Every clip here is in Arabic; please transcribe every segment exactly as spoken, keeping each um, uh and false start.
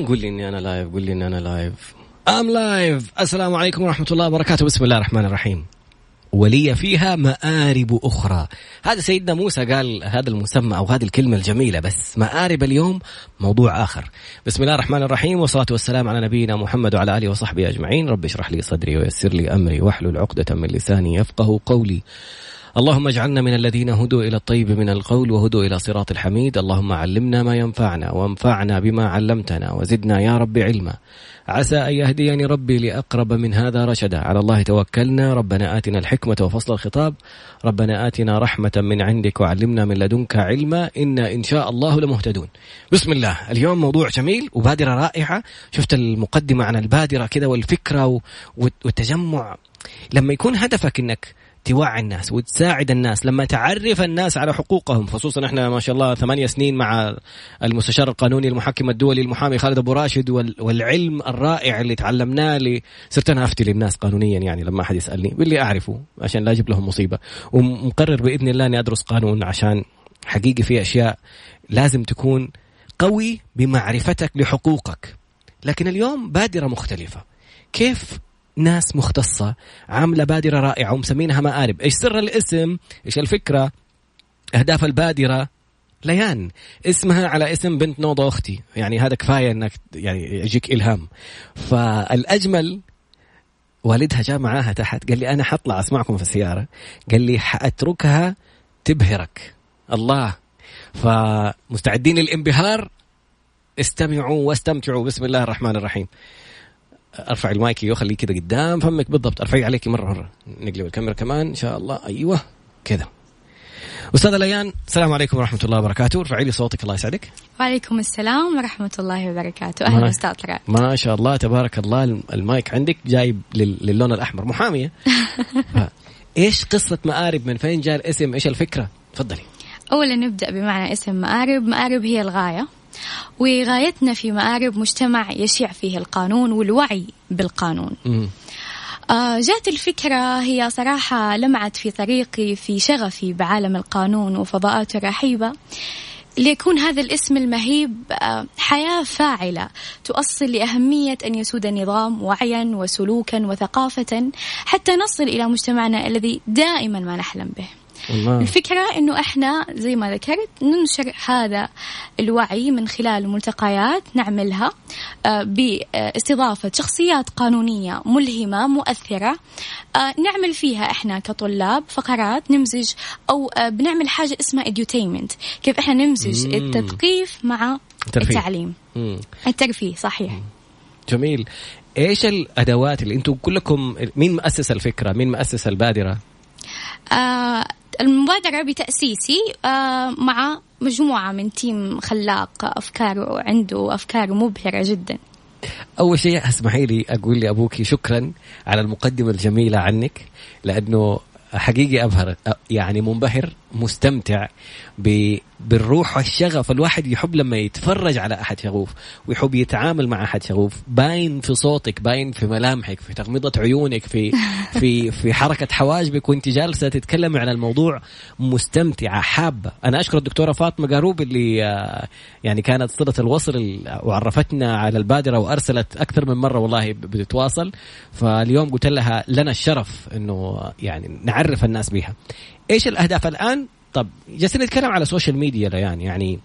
قول لي إني أنا لايف، قول لي إني أنا لايف. أم لايف. السلام عليكم ورحمة الله وبركاته. بسم الله الرحمن الرحيم. ولي فيها مآرب أخرى. هذا سيدنا موسى قال هذا المسمى أو هذه الكلمة الجميلة، بس مآرب اليوم موضوع آخر. بسم الله الرحمن الرحيم، والصلاة والسلام على نبينا محمد وعلى آله وصحبه أجمعين. رب اشرح لي صدري ويسر لي أمري واحلل عقدة من لساني يفقه قولي. اللهم اجعلنا من الذين هدوا إلى الطيب من القول وهدوا إلى صراط الحميد. اللهم علمنا ما ينفعنا وانفعنا بما علمتنا وزدنا يا رب علما. عسى أن يهديني ربي لأقرب من هذا رشدا. على الله توكلنا. ربنا آتنا الحكمة وفصل الخطاب. ربنا آتنا رحمة من عندك وعلمنا من لدنك علما إنا إن شاء الله لمهتدون. بسم الله. اليوم موضوع جميل وبادرة رائعة. شفت المقدمة عن البادرة كذا والفكرة والتجمع. لما يكون هدفك إنك توعي الناس وتساعد الناس، لما تعرف الناس على حقوقهم، خصوصا احنا ما شاء الله ثمانية سنين مع المستشار القانوني المحكم الدولي المحامي خالد أبو راشد، والعلم الرائع اللي تعلمناه اللي صرت أنا أفتي للناس قانونيا، يعني لما أحد يسألني باللي أعرفه عشان لا أجيب لهم مصيبة. ومقرر بإذن الله أني أدرس قانون عشان حقيقي في أشياء لازم تكون قوي بمعرفتك لحقوقك. لكن اليوم بادرة مختلفة. كيف ناس مختصة عاملة بادرة رائعة ومسمينها مآرب. إيش سر الاسم؟ إيش الفكرة؟ أهداف البادرة؟ ليان اسمها على اسم بنت نوضة أختي، يعني هذا كفاية أنك يعني يجيك إلهام. فالأجمل والدها جاء معاها تحت قال لي أنا حطلع أسمعكم في السيارة، قال لي حأتركها تبهرك. الله. فمستعدين للانبهار؟ استمعوا واستمتعوا. بسم الله الرحمن الرحيم. ارفع المايك وخليه كده قدام فمك بالضبط. ارفعي عليكي مره مره. نقلب الكاميرا كمان ان شاء الله. ايوه كده. استاذه ليان السلام عليكم ورحمه الله وبركاته. ارفعي لي صوتك الله يسعدك. وعليكم السلام ورحمه الله وبركاته. اهلا استاذ طلال. ما شاء الله تبارك الله. المايك عندك جايب للون الاحمر. محاميه. ايش قصه مآرب؟ من فين جاء الاسم؟ ايش الفكره؟ تفضلي. اولا نبدا بمعنى اسم مآرب. مآرب هي الغايه، وغايتنا في مآرب مجتمع يشيع فيه القانون والوعي بالقانون. آه جات الفكرة هي صراحة لمعت في طريقي في شغفي بعالم القانون وفضاءاته الرحيبة، ليكون هذا الاسم المهيب آه حياة فاعلة تؤصل لأهمية أن يسود النظام وعيا وسلوكا وثقافة حتى نصل إلى مجتمعنا الذي دائما ما نحلم به. الله. الفكرة إنه إحنا زي ما ذكرت ننشر هذا الوعي من خلال ملتقيات نعملها باستضافة شخصيات قانونية ملهمة مؤثرة، نعمل فيها إحنا كطلاب فقرات نمزج أو بنعمل حاجة اسمها edutainment، كيف إحنا نمزج مم. التثقيف مع الترفيه. التعليم مم. الترفيه. صحيح. مم. جميل. إيش الأدوات اللي أنتم كلكم؟ مين مؤسس الفكرة؟ مين مؤسس البادرة؟ آه المبادرة بتأسيسي آه مع مجموعة من تيم خلاق أفكاره عنده أفكار مبهرة جدا. أول شيء اسمحي لي أقول لأبوك شكرا على المقدمة الجميلة عنك، لأنه حقيقي أبهر، يعني منبهر مستمتع بالروح والشغف. الواحد يحب لما يتفرج على أحد شغوف ويحب يتعامل مع أحد شغوف. باين في صوتك، باين في ملامحك، في تغميضة عيونك، في في في حركة حواجبك وانت جالسة تتكلم عن الموضوع. مستمتعة حابة. أنا أشكر الدكتورة فاطمة قاروب اللي يعني كانت صلة الوصل وعرفتنا على البادرة وأرسلت أكثر من مرة والله بتتواصل. فاليوم قلت لها لنا الشرف إنه يعني نعرف الناس بها. إيش الأهداف الآن؟ طب جالسين نتكلم على السوشيال ميديا يعني يعني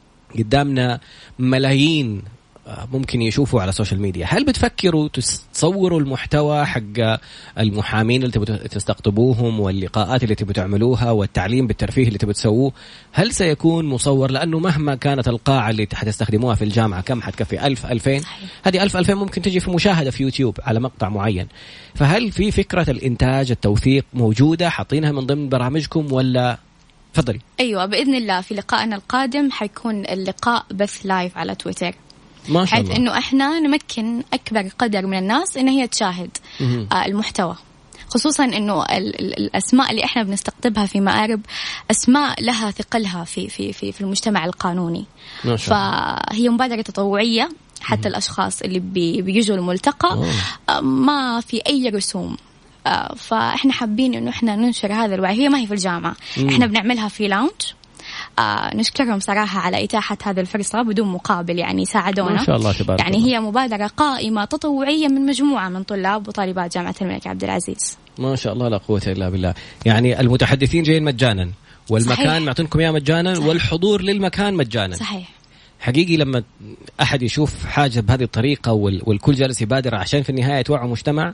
قدامنا ملايين ممكن يشوفوا على السوشيال ميديا. هل بتفكروا تصوروا المحتوى حق المحامين اللي تبوا تستقطبوهم واللقاءات اللي تبوا تعملوها والتعليم بالترفيه اللي تبوا تسووه؟ هل سيكون مصور؟ لأنه مهما كانت القاعة اللي حتستخدموها في الجامعة كم حتكفي؟ ألف ألفين. هذه ألف ألفين ممكن تجي في مشاهدة في يوتيوب على مقطع معين. فهل في فكرة الإنتاج التوثيق موجودة حاطينها من ضمن برامجكم ولا؟ فضلي. أيوة بإذن الله في لقائنا القادم حيكون اللقاء بث لايف على تويتر، ما شاء الله. حيث إنه إحنا نمكن أكبر قدر من الناس إن هي تشاهد آه المحتوى، خصوصا إنه ال ال الأسماء اللي إحنا بنستقطبها في مآرب أسماء لها ثقلها في في في في المجتمع القانوني. ما شاء الله. فهي مبادرة تطوعية حتى مم. الأشخاص اللي بي بيجوا الملتقى آه ما في أي رسوم. آه فإحنا حابين إنه إحنا ننشر هذا الوعي. هي ما هي في الجامعة، مم. إحنا بنعملها في لاونج آه نشكرهم صراحة على إتاحة هذا الفرصة بدون مقابل، يعني ساعدونا ما شاء الله تبارك يعني الله. هي مبادرة قائمة تطوعية من مجموعة من طلاب وطالبات جامعة الملك عبد العزيز. ما شاء الله لا قوة إلا بالله. يعني المتحدثين جايين مجانا والمكان معطينكم إياه مجانا. صحيح. والحضور للمكان مجانا. صحيح. حقيقي لما أحد يشوف حاجة بهذه الطريقة والكل جالس يبادر عشان في النهاية توعي مجتمع،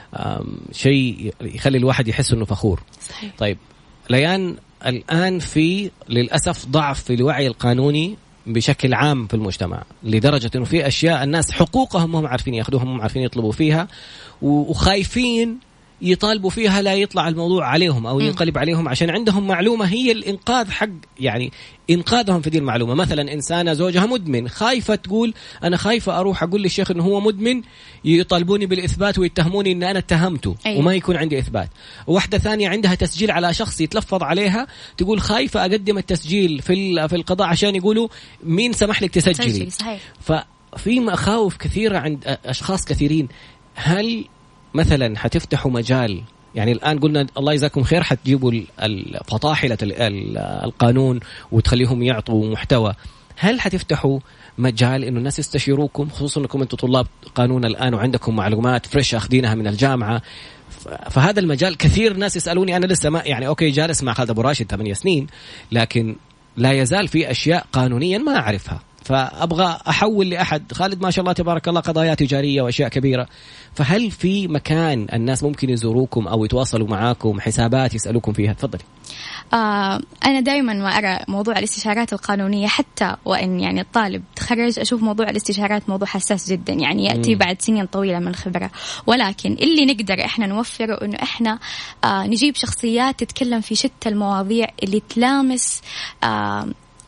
شيء يخلي الواحد يحس إنه فخور. صحيح. طيب ليان، الآن في للأسف ضعف في الوعي القانوني بشكل عام في المجتمع، لدرجة إنه في أشياء الناس حقوقهم هم عارفين يأخذوها، هم عارفين يطلبوا فيها، وخايفين يطالبوا فيها لا يطلع الموضوع عليهم أو ينقلب عليهم، عشان عندهم معلومة هي الإنقاذ حق يعني إنقاذهم في دي المعلومة. مثلا إنسانة زوجها مدمن، خايفة تقول أنا خايفة أروح أقول للشيخ إنه هو مدمن يطالبوني بالإثبات ويتهموني إن أنا اتهمته. أيوة. وما يكون عندي إثبات. واحدة ثانية عندها تسجيل على شخص يتلفظ عليها، تقول خايفة أقدم التسجيل في في القضاء عشان يقولوا مين سمح لك تسجلي. ففي مخاوف كثيرة عند أشخاص كثيرين. هل مثلا حتفتحوا مجال، يعني الآن قلنا الله يجزاكم خير حتجيبوا الفطاحلة القانون وتخليهم يعطوا محتوى، هل حتفتحوا مجال إنه الناس يستشيروكم، خصوصا أنكم أنتم طلاب قانون الآن وعندكم معلومات فريش أخذينها من الجامعة؟ فهذا المجال كثير ناس يسألوني، أنا لسه ما يعني أوكي جالس مع خالد أبو راشد ثمانية سنين، لكن لا يزال في أشياء قانونيا ما أعرفها، فأبغى أحول لأحد. خالد ما شاء الله تبارك الله قضايا تجارية وأشياء كبيرة، فهل في مكان الناس ممكن يزوروكم أو يتواصلوا معاكم، حسابات يسألوكم فيها؟ تفضلي. آه أنا دائما ما أرى موضوع الاستشارات القانونية، حتى وإن يعني الطالب تخرج، أشوف موضوع الاستشارات موضوع حساس جدا، يعني يأتي م. بعد سنين طويلة من الخبرة، ولكن اللي نقدر إحنا نوفره إنه إحنا آه نجيب شخصيات تتكلم في شتى المواضيع اللي تلامس آه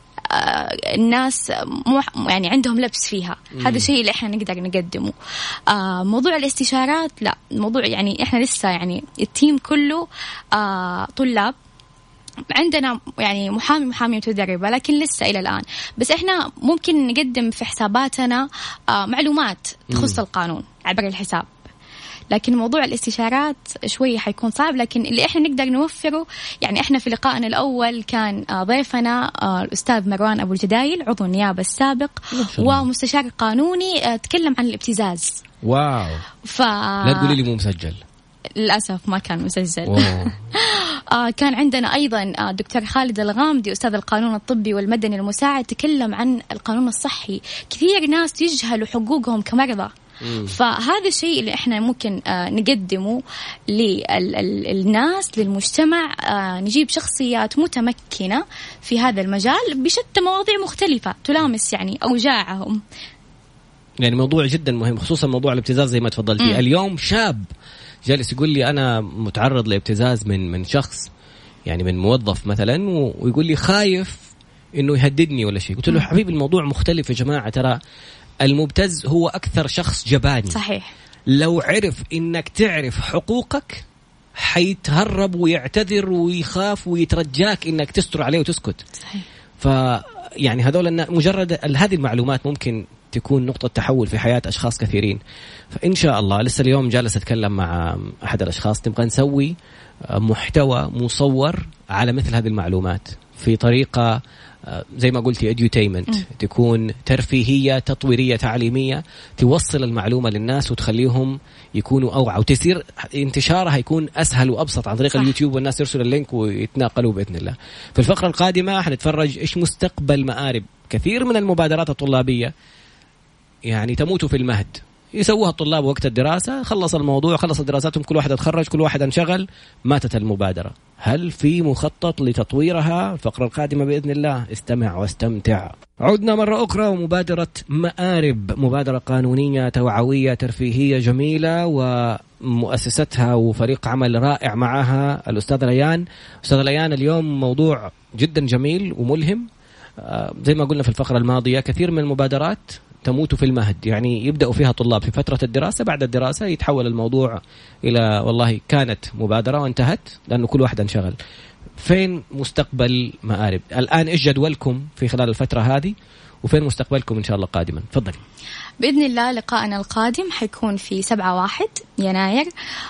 الناس مو يعني عندهم لبس فيها. مم. هذا الشيء اللي احنا نقدر نقدمه. آه موضوع الاستشارات لا، موضوع يعني احنا لسه يعني التيم كله آه طلاب، عندنا يعني محامي محامي متدربة، لكن لسه إلى الآن بس إحنا ممكن نقدم في حساباتنا آه معلومات تخص مم. القانون عبر الحساب، لكن موضوع الاستشارات شوي حيكون صعب. لكن اللي إحنا نقدر نوفره، يعني إحنا في لقائنا الأول كان ضيفنا الأستاذ مروان أبو الجدايل، عضو النيابة السابق ومستشار قانوني، تكلم عن الابتزاز. واو. ف... لا تقولي لي مو مسجل. للأسف ما كان مسجل. كان عندنا أيضا دكتور خالد الغامدي أستاذ القانون الطبي والمدني المساعد، تكلم عن القانون الصحي. كثير ناس يجهلوا حقوقهم كمرضى، فهذا الشيء اللي احنا ممكن آه نقدمه للناس للمجتمع. آه نجيب شخصيات متمكنة في هذا المجال بشتى مواضيع مختلفة تلامس يعني أوجاعهم. يعني موضوع جدا مهم، خصوصا موضوع الابتزاز زي ما تفضلتي. اليوم شاب جالس يقول لي أنا متعرض لابتزاز من من شخص، يعني من موظف مثلا، ويقول لي خايف إنه يهددني ولا شيء. قلت له حبيبي الموضوع مختلف يا جماعة، ترى المبتز هو أكثر شخص جباني. صحيح. لو عرف إنك تعرف حقوقك حيتهرب ويعتذر ويخاف ويترجاك إنك تستر عليه وتسكت. صحيح. فيعني هذول مجرد هذه المعلومات ممكن تكون نقطة تحول في حياة أشخاص كثيرين. فإن شاء الله لسه اليوم جالس أتكلم مع أحد الأشخاص، نبغى نسوي محتوى مصور على مثل هذه المعلومات في طريقة زي ما قلتي edutainment، تكون ترفيهية تطويرية تعليمية، توصل المعلومة للناس وتخليهم يكونوا أوعى، وتسير انتشارها يكون أسهل وأبسط عن طريق اليوتيوب، والناس يرسلوا اللينك ويتناقلوا بإذن الله. في الفقرة القادمة حنتفرج إيش مستقبل مآرب كثير من المبادرات الطلابية، يعني تموت في المهد، يسووها الطلاب وقت الدراسة، خلص الموضوع، خلص دراساتهم، كل واحد اتخرج، كل واحد انشغل، ماتت المبادرة. هل في مخطط لتطويرها؟ الفقرة القادمة بإذن الله، استمع واستمتع. عدنا مرة أخرى، ومبادرة مآرب مبادرة قانونية توعوية ترفيهية جميلة، ومؤسستها وفريق عمل رائع معها الأستاذ ليان. أستاذ ليان، اليوم موضوع جدا جميل وملهم. زي ما قلنا في الفقرة الماضية، كثير من المبادرات تموت في المهد، يعني يبدأوا فيها طلاب في فترة الدراسة، بعد الدراسة يتحول الموضوع إلى والله كانت مبادرة وانتهت لأنه كل واحد انشغل. فين مستقبل مآرب الآن؟ إيش جدولكم في خلال الفترة هذه، وفين مستقبلكم إن شاء الله قادما؟ تفضلي. بإذن الله لقاءنا القادم حيكون في سبعة واحد يناير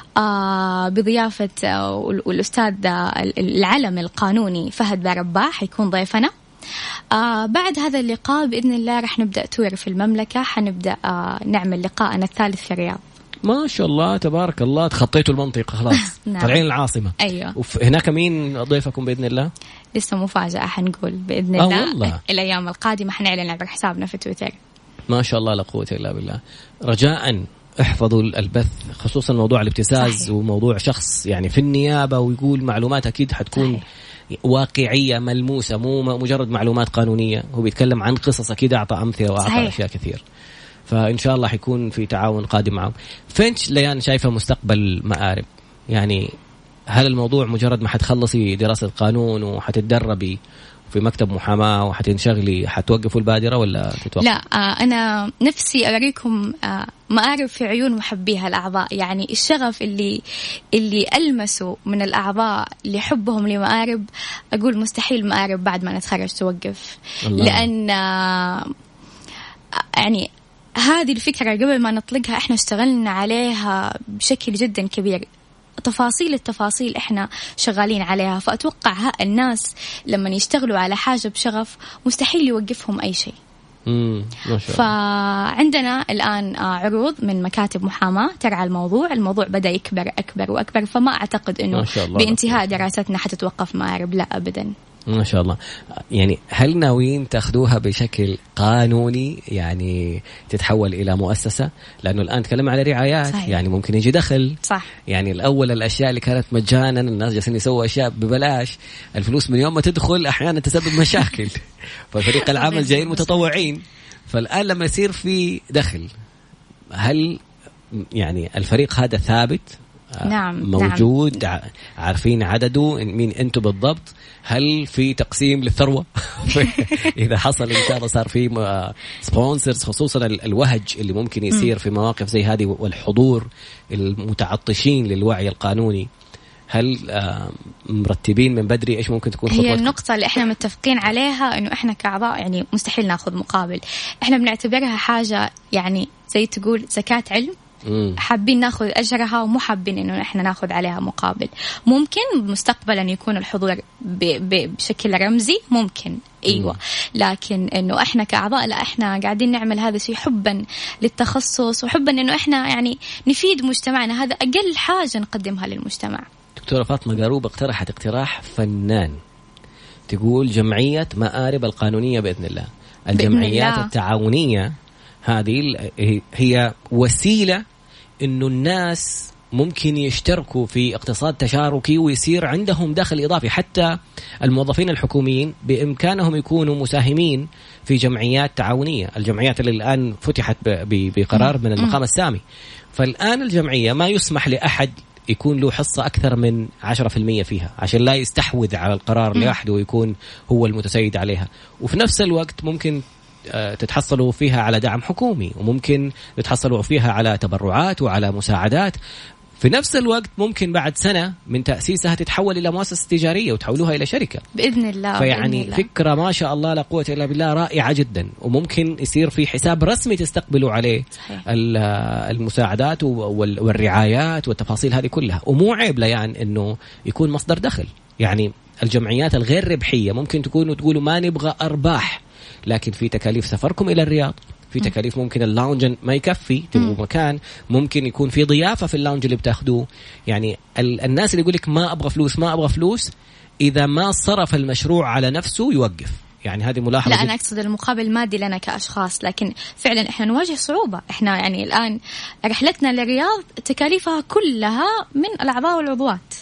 آه بضيافة آه والأستاذ آه العلم القانوني فهد بارباح حيكون ضيفنا. آه بعد هذا اللقاء بإذن الله رح نبدأ تور في المملكة، حنبدأ آه نعمل لقاءنا الثالث في الرياض. ما شاء الله تبارك الله، تخطيتوا المنطقة خلاص. نعم. طالعين العاصمة. أيوة. وهناك مين ضيفكم بإذن الله؟ لسه مفاجأة حنقول بإذن آه الله. والله. الأيام القادمة حنعلن عبر حسابنا في تويتر. ما شاء الله لا قوة إلا بالله. رجاءً احفظوا البث، خصوصا موضوع الابتزاز. صحيح. وموضوع شخص يعني في النيابة ويقول معلومات أكيد حتكون صحيح. واقعية ملموسة، مو مجرد معلومات قانونية. هو بيتكلم عن قصص أكيد، أعطى أمثلة وأعطى صحيح. أشياء كثير. فإن شاء الله حيكون في تعاون قادم معهم. فينش ليان شايفة مستقبل مآرب؟ يعني هل الموضوع مجرد ما حتخلصي دراسة قانون وحتتدربي في مكتب محاماة وحتنشغلي حتوقفوا البادرة ولا تتوقف؟ لا آه أنا نفسي أوريكم آه مآرب في عيون محبيها الأعضاء. يعني الشغف اللي اللي ألمسوا من الأعضاء لحبهم لمآرب، أقول مستحيل مآرب بعد ما نتخرج توقف. الله. لأن آه يعني هذه الفكرة قبل ما نطلقها إحنا اشتغلنا عليها بشكل جدا كبير، تفاصيل التفاصيل إحنا شغالين عليها. فأتوقع ها الناس لما يشتغلوا على حاجة بشغف مستحيل يوقفهم أي شيء. امم ما شاء الله. فعندنا الآن عروض من مكاتب محاماة ترعى الموضوع، الموضوع بدأ يكبر أكبر وأكبر. فما أعتقد إنه بانتهاء دراستنا حتتوقف مآرب، لا أبدا. ما شاء الله. يعني هل ناويين تاخذوها بشكل قانوني، يعني تتحول إلى مؤسسة؟ لأنه الآن تكلم على رعايات. صحيح. يعني ممكن يجي دخل. صح. يعني الأول الأشياء اللي كانت مجانا الناس جالسين يسووا أشياء ببلاش، الفلوس من يوم ما تدخل أحيانا تسبب مشاكل. ففريق العمل جايين متطوعين، فالآن لما يصير في دخل، هل يعني الفريق هذا ثابت؟ نعم. موجود. نعم. عارفين عدده مين أنتم بالضبط؟ هل في تقسيم للثروة؟ إذا حصل إن شاء الله صار في سبونسرز، خصوصا الوهج اللي ممكن يصير في مواقف زي هذه، والحضور المتعطشين للوعي القانوني، هل مرتبين من بدري إيش ممكن تكون خطوات؟ هي النقطة اللي إحنا متفقين عليها إنه إحنا كأعضاء يعني مستحيل نأخذ مقابل. إحنا بنعتبرها حاجة يعني زي تقول زكاة علم، حابين ناخذ أجرها ومو حابين إنه إحنا ناخذ عليها مقابل. ممكن مستقبلا يكون الحضور بشكل رمزي، ممكن أيوة، لكن إنه إحنا كأعضاء لا، إحنا قاعدين نعمل هذا الشيء حبا للتخصص وحبا إنه إحنا يعني نفيد مجتمعنا. هذا أقل حاجة نقدمها للمجتمع. دكتورة فاطمة قروب اقترحت اقتراح فنان، تقول جمعية مآرب القانونية بإذن الله. الجمعيات بإذن الله. التعاونية هذه هي وسيلة إنه الناس ممكن يشتركوا في اقتصاد تشاركي ويصير عندهم دخل إضافي. حتى الموظفين الحكوميين بإمكانهم يكونوا مساهمين في جمعيات تعاونية، الجمعيات اللي الآن فتحت بقرار من المقام السامي. فالآن الجمعية ما يسمح لأحد يكون له حصة أكثر من عشرة في المية فيها، عشان لا يستحوذ على القرار لوحده ويكون هو المتسيد عليها. وفي نفس الوقت ممكن تتحصلوا فيها على دعم حكومي، وممكن تتحصلوا فيها على تبرعات وعلى مساعدات. في نفس الوقت ممكن بعد سنة من تأسيسها تتحول إلى مؤسسة تجارية وتحولوها إلى شركة بإذن الله. فيعني بإذن الله. فكرة ما شاء الله لا قوة إلا بالله رائعة جدا. وممكن يصير في حساب رسمي تستقبلوا عليه صحيح. المساعدات والرعايات والتفاصيل هذه كلها. ومو عيب يعني إنه يكون مصدر دخل. يعني الجمعيات الغير ربحية ممكن تكونوا تقولوا ما نبغى أرباح، لكن في تكاليف سفركم إلى الرياض، في تكاليف ممكن اللاونج ما يكفي تبغوا مكان، ممكن يكون في ضيافة في اللاونج اللي بتاخدوه. يعني الناس اللي يقولك ما أبغى فلوس ما أبغى فلوس، إذا ما صرف المشروع على نفسه يوقف. يعني هذه ملاحظة. لا أنا أقصد المقابل المادي لنا كأشخاص، لكن فعلا إحنا نواجه صعوبة. إحنا يعني الآن رحلتنا للرياض تكاليفها كلها من الأعضاء والعضوات.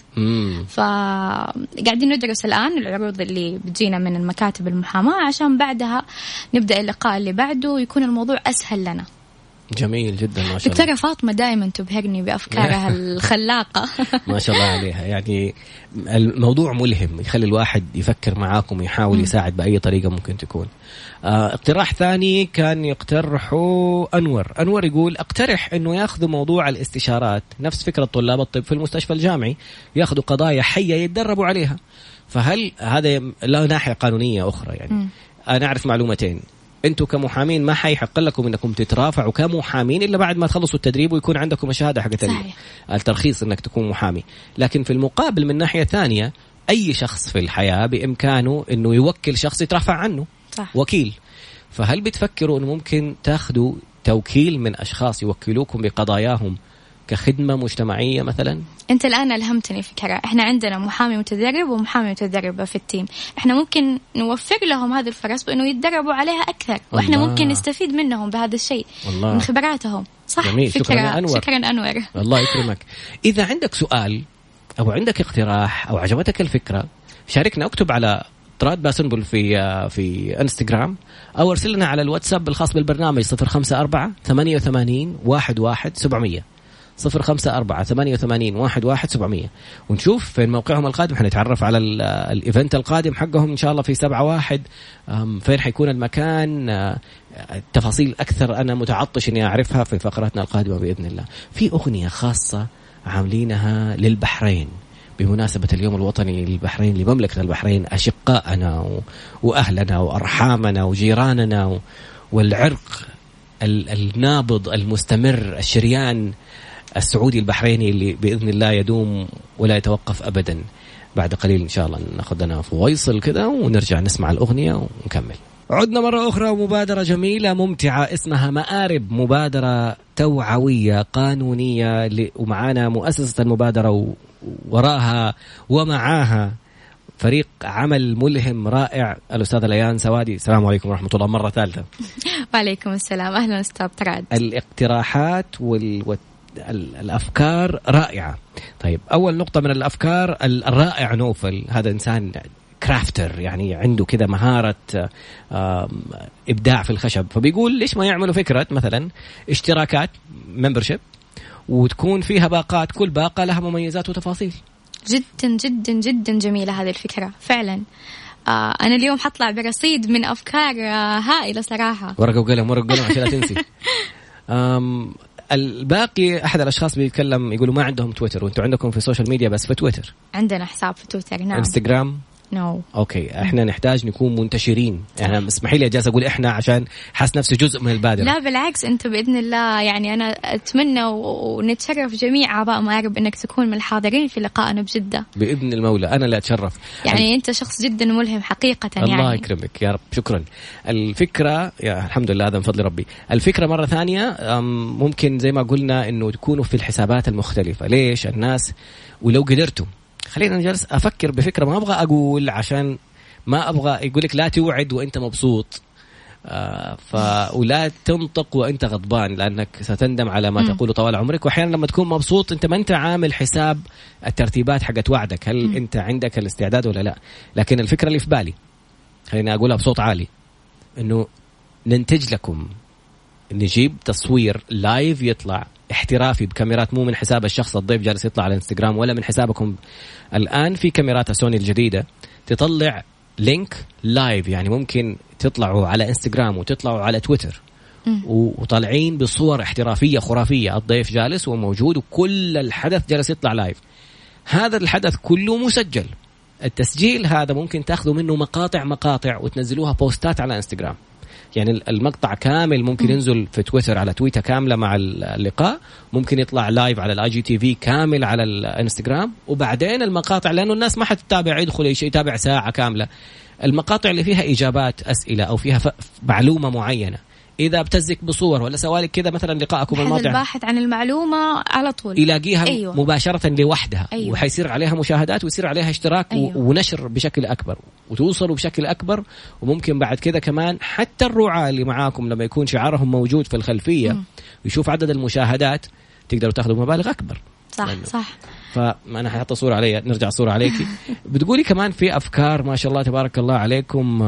فقاعدين ندرس الآن العروض اللي بتجينا من المكاتب المحاماة عشان بعدها نبدأ اللقاء اللي بعده ويكون الموضوع أسهل لنا. جميل جدا ما شاء الله. دكتورة فاطمة دائما تبهرني بأفكارها الخلاقة. ما شاء الله عليها. يعني الموضوع ملهم، يخلي الواحد يفكر معاكم ويحاول يساعد بأي طريقة ممكن تكون. آه اقتراح ثاني كان يقترحه أنور. أنور يقول اقترح أنه يأخذوا موضوع الاستشارات نفس فكرة طلاب الطب في المستشفى الجامعي، يأخذوا قضايا حية يتدربوا عليها. فهل هذا له ناحية قانونية أخرى؟ يعني م. أنا أعرف معلومتين. أنتوا كمحامين ما حيحق لكم أنكم تترافعوا كمحامين إلا بعد ما تخلصوا التدريب ويكون عندكم الشهادة حقت الترخيص أنك تكون محامي. لكن في المقابل من ناحية ثانية أي شخص في الحياة بإمكانه إنه يوكل شخص يترفع عنه. صح. وكيل. فهل بتفكروا إنه ممكن تاخدوا توكيل من أشخاص يوكلوكم بقضاياهم كخدمة مجتمعية مثلا؟ أنت الآن ألهمتني فكرة. إحنا عندنا محامي متدرب ومحامي متدربة في التيم، إحنا ممكن نوفر لهم هذه الفرص بأنه يتدربوا عليها أكثر، وإحنا الله. ممكن نستفيد منهم بهذا الشيء الله. من خبراتهم. صح. جميل. فكرة. شكرا أنور. شكرا أنور. الله يكرمك. إذا عندك سؤال أو عندك اقتراح أو عجبتك الفكرة شاركنا، اكتب على طراد باسنبل في في انستغرام أو ارسل لنا على الواتساب الخاص بالبرنامج صفر خمسة أربعة ثمانية وثمانين واحد واحد سبعمية صفر خمسة أربعة ثمانية وثمانين واحد واحد سبعمية، ونشوف فين موقعهم القادم. حنتعرف على الإيفنت القادم حقهم إن شاء الله في سبعة واحد، فين حيكون المكان، التفاصيل أكثر أنا متعطش إني أعرفها في فقراتنا القادمة بإذن الله. في أغنية خاصة عاملينها للبحرين بمناسبة اليوم الوطني للبحرين، لمملكة البحرين، أشقائنا وأهلنا وأرحامنا وجيراننا والعرق النابض المستمر، الشريان السعودي البحريني اللي بإذن الله يدوم ولا يتوقف أبدا. بعد قليل إن شاء الله ناخذ لنا فويصل كده ونرجع نسمع الأغنية ونكمل. عدنا مرة أخرى ومبادرة جميلة ممتعة اسمها مآرب، مبادرة توعوية قانونية، ومعانا مؤسسة المبادرة وراها ومعاها فريق عمل ملهم رائع، الأستاذة ليان سوادي. السلام عليكم ورحمة الله مرة ثالثة. وعليكم السلام، أهلا أستاذ طراد. الاقتراحات وال... الأفكار رائعة. طيب أول نقطة من الأفكار الرائع نوفل، هذا إنسان كرافتر يعني عنده كذا مهارة إبداع في الخشب، فبيقول ليش ما يعملوا فكرة مثلا اشتراكات ممبرشيب وتكون فيها باقات، كل باقة لها مميزات وتفاصيل. جدا جدا جدا جميلة هذه الفكرة فعلا. آه أنا اليوم حطلع برصيد من أفكار آه هائلة صراحة. ورقة وقلم ورقة وقلم عشان لا تنسي. الباقي أحد الأشخاص بيتكلم يقولوا ما عندهم تويتر، وأنتوا عندكم في السوشيال ميديا بس في تويتر. عندنا حساب في تويتر. نعم. انستغرام نو. no. اوكي احنا نحتاج نكون منتشرين. انا اسمحي لي اجازه اقول احنا عشان حاس نفسي جزء من البادره. لا بالعكس، انت باذن الله يعني انا اتمنى ونتشرف جميع اعضاء مآرب انك تكون من الحاضرين في لقائنا بجده باذن المولى. انا لا اتشرف يعني ال... انت شخص جدا ملهم حقيقه. الله يعني الله يكرمك يا رب. شكرا. الفكره يا الحمد لله هذا من فضل ربي. الفكره مره ثانيه ممكن زي ما قلنا انه تكونوا في الحسابات المختلفه. ليش الناس ولو قدرتوا خلينا نجلس أفكر بفكرة، ما أبغى أقول عشان ما أبغى يقولك لا توعد وأنت مبسوط آه ف ولا تنطق وأنت غضبان، لأنك ستندم على ما م. تقوله طوال عمرك. وأحيانا لما تكون مبسوط أنت ما أنت عامل حساب الترتيبات حقت وعدك، هل م. أنت عندك الاستعداد ولا لا. لكن الفكرة اللي في بالي خلينا أقولها بصوت عالي، إنه ننتج لكم، نجيب تصوير لايف يطلع احترافي بكاميرات، مو من حساب الشخص الضيف جالس يطلع على انستغرام ولا من حسابكم. الآن في كاميرات سوني الجديدة تطلع لينك لايف، يعني ممكن تطلعوا على انستغرام وتطلعوا على تويتر وطالعين بصور احترافية خرافية، الضيف جالس وموجود وكل الحدث جالس يطلع لايف. هذا الحدث كله مسجل. التسجيل هذا ممكن تاخذوا منه مقاطع مقاطع وتنزلوها بوستات على انستغرام. يعني المقطع كامل ممكن ينزل في تويتر على تويتر كاملة مع اللقاء، ممكن يطلع لايف على الاي جي تي في كامل على الانستغرام، وبعدين المقاطع لأنه الناس ما حتتابع يدخل يتابع ساعة كاملة. المقاطع اللي فيها إجابات أسئلة أو فيها معلومة معينة، إذا بتزك بصور ولا سوالك كده مثلا لقاءكم الماضي الباحث عن المعلومة على طول يلاقيها أيوة. مباشرة لوحدها أيوة. وحيصير عليها مشاهدات ويصير عليها اشتراك أيوة. ونشر بشكل أكبر وتوصلوا بشكل أكبر. وممكن بعد كده كمان حتى الرعاة اللي معاكم لما يكون شعارهم موجود في الخلفية م. يشوف عدد المشاهدات تقدروا تاخذوا مبالغ أكبر. صح لأنه. صح. فأنا حاطة صورة علي، نرجع صورة عليكي. بتقولي كمان في أفكار ما شاء الله تبارك الله عليكم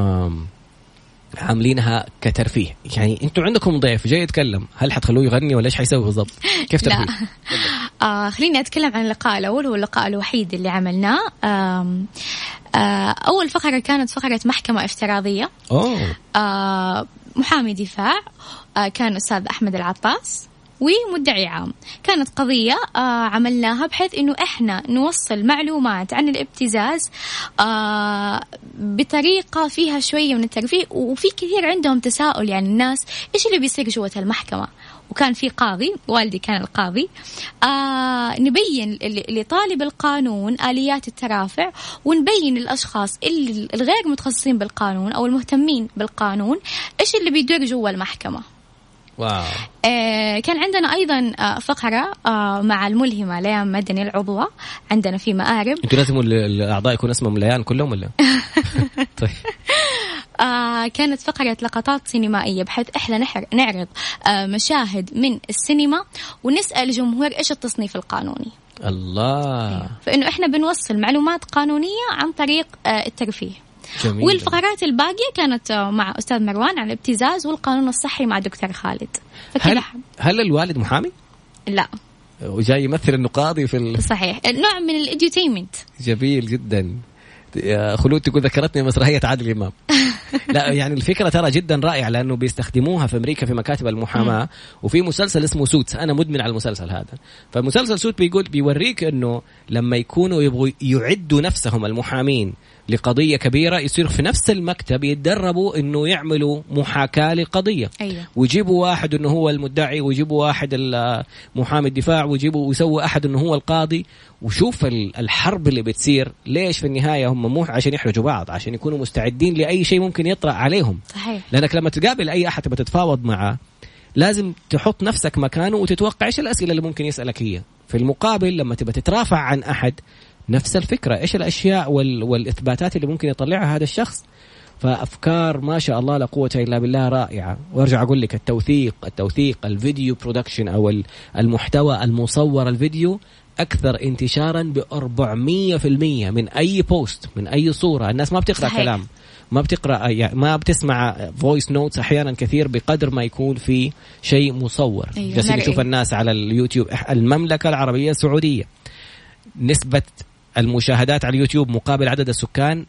عاملينها كترفيه. يعني انتوا عندكم ضيف جاي يتكلم، هل حتخلوه يغني ولا ايش حيسوي بالضبط؟ كيف ترفيه؟ لا آه خليني اتكلم عن اللقاء الاول، هو اللقاء الوحيد اللي عملناه. آه آه اول فقره كانت فقره محكمه افتراضيه. اوه آه محامي دفاع آه كان استاذ احمد العطاس، ومدعي عام. كانت قضية آه عملناها بحيث إنه إحنا نوصل معلومات عن الابتزاز آه بطريقة فيها شوية من الترفيه. وفي كثير عندهم تساؤل، يعني الناس إيش اللي بيصير جوة المحكمة. وكان في قاضي، والدي كان القاضي، آه نبين لطالب القانون آليات الترافع، ونبين للأشخاص اللي الغير متخصصين بالقانون أو المهتمين بالقانون إيش اللي بيدور جوا المحكمة. واو. آه كان عندنا أيضا آه فقرة آه مع الملهمة ليان مدني العضوة عندنا في مآرب. أنتوا لازم الأعضاء يكون اسمهم ليان كلهم ولا؟ طيب. آه كانت فقرة لقطات سينمائية بحيث إحنا نعرض آه مشاهد من السينما ونسأل الجمهور إيش التصنيف القانوني. الله. فإنه إحنا بنوصل معلومات قانونية عن طريق آه الترفيه. جميل. والفقرات الباقية كانت مع أستاذ مروان عن الابتزاز والقانون الصحي مع دكتور خالد. هل, هل الوالد محامي؟ لا. وجاي يمثل إنه قاضي في ال... صحيح، نوع من الإديوتيمنت. جميل جدا. خلود تقول ذكرتني مسرحية عادل إمام. لا يعني الفكرة ترى جدا رائعة، لأنه بيستخدموها في أمريكا في مكاتب المحاماة. وفي مسلسل اسمه سوت، أنا مدمن على المسلسل هذا. فمسلسل سوت بيقول بيوريك إنه لما يكونوا يبغوا يعدوا نفسهم المحامين لقضية كبيرة، يصير في نفس المكتب يتدربوا إنه يعملوا محاكاة لقضية. أيوة. ويجيبوا واحد إنه هو المدعي، ويجيبوا واحد محامي الدفاع، ويجيبوا ويسووا أحد إنه هو القاضي. وشوف الحرب اللي بتصير ليش في النهاية هم مو عشان يحرجوا بعض، عشان يكونوا مستعدين لأي شيء ممكن يطرأ عليهم. صحيح. لأنك لما تقابل أي أحد بتتفاوض معه لازم تحط نفسك مكانه وتتوقع إيش الأسئلة اللي ممكن يسألك هي. في المقابل لما تبى تترافع عن أحد نفس الفكرة، إيش الأشياء وال... والإثباتات اللي ممكن يطلعها هذا الشخص. فأفكار ما شاء الله لا قوة إلا بالله رائعة. وارجع أقول لك التوثيق التوثيق الفيديو برودكشن أو المحتوى المصور الفيديو أكثر انتشارا بأربعمية في المية من أي بوست، من أي صورة. الناس ما بتقرأ صحيح. كلام، ما بتقرأ، ما بتسمع فويس نوتس أحيانا كثير بقدر ما يكون في شيء مصور. أيوة. جالسين نشوف الناس على اليوتيوب. المملكة العربية السعودية نسبة المشاهدات على اليوتيوب مقابل عدد السكان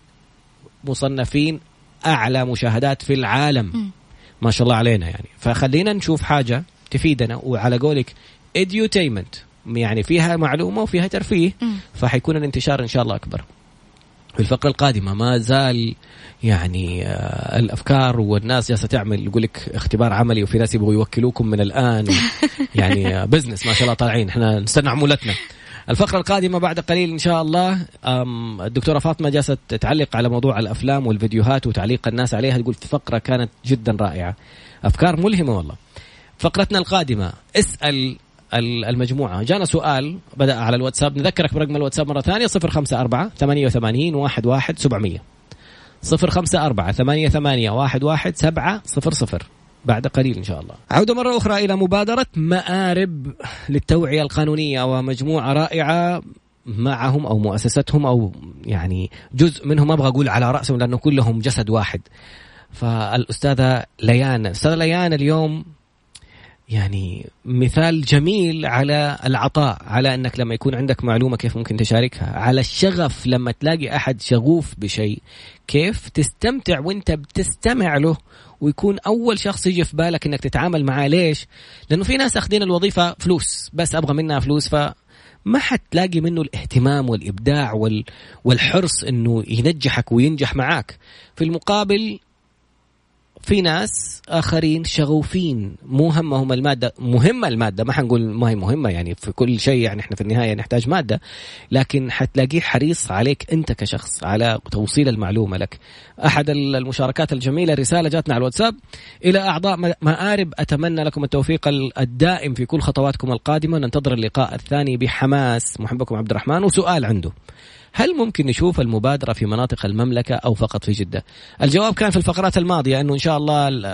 مصنفين أعلى مشاهدات في العالم. م. ما شاء الله علينا يعني. فخلينا نشوف حاجة تفيدنا، وعلى قولك edutainment يعني فيها معلومة وفيها ترفيه. م. فحيكون الانتشار إن شاء الله أكبر. في الفقرة القادمة ما زال يعني آه الأفكار، والناس جالسة تعمل يقولك اختبار عملي، وفي ناس يبغوا يوكلوكم من الآن يعني آه بزنس ما شاء الله طالعين. احنا نستنى عمولتنا. الفقرة القادمة بعد قليل إن شاء الله. الدكتورة فاطمة جالسة تعلق على موضوع الأفلام والفيديوهات وتعليق الناس عليها، تقول فقرة كانت جدا رائعة، أفكار ملهمة والله. فقرتنا القادمة اسأل المجموعة. جانا سؤال بدأ على الواتساب، نذكرك برقم الواتساب مرة ثانية صفر خمسة أربعة ثمانية وثمانين واحد واحد سبعمية صفر خمسة أربعة ثمانية ثمانية واحد واحد سبعة صفر صفر. بعد قليل إن شاء الله. عودة مرة أخرى إلى مبادرة مآرب للتوعية القانونية، ومجموعة رائعة معهم أو مؤسستهم أو يعني جزء منهم، أبغى أقول على رأسهم لأنه كلهم جسد واحد. فالأستاذة ليان، أستاذة ليان اليوم يعني مثال جميل على العطاء، على أنك لما يكون عندك معلومة كيف ممكن تشاركها، على الشغف لما تلاقي أحد شغوف بشيء كيف تستمتع وانت بتستمع له، ويكون أول شخص يجي في بالك أنك تتعامل معاه. ليش؟ لأنه في ناس أخذين الوظيفة فلوس بس، أبغى منها فلوس، فما حتلاقي منه الاهتمام والإبداع وال... والحرص أنه ينجحك وينجح معاك. في المقابل في ناس آخرين شغوفين، مو همهم المادة، مهمة المادة، ما حنقول ما هي مهمة يعني في كل شيء، يعني احنا في النهاية نحتاج مادة، لكن حتلاقيه حريص عليك أنت كشخص على توصيل المعلومة لك. أحد المشاركات الجميلة رسالة جاتنا على الواتساب: إلى أعضاء مآرب أتمنى لكم التوفيق الدائم في كل خطواتكم القادمة، ننتظر اللقاء الثاني بحماس، محبكم عبد الرحمن. وسؤال عنده: هل ممكن نشوف المبادرة في مناطق المملكة أو فقط في جدة؟ الجواب كان في الفقرات الماضية أنه إن شاء الله ال...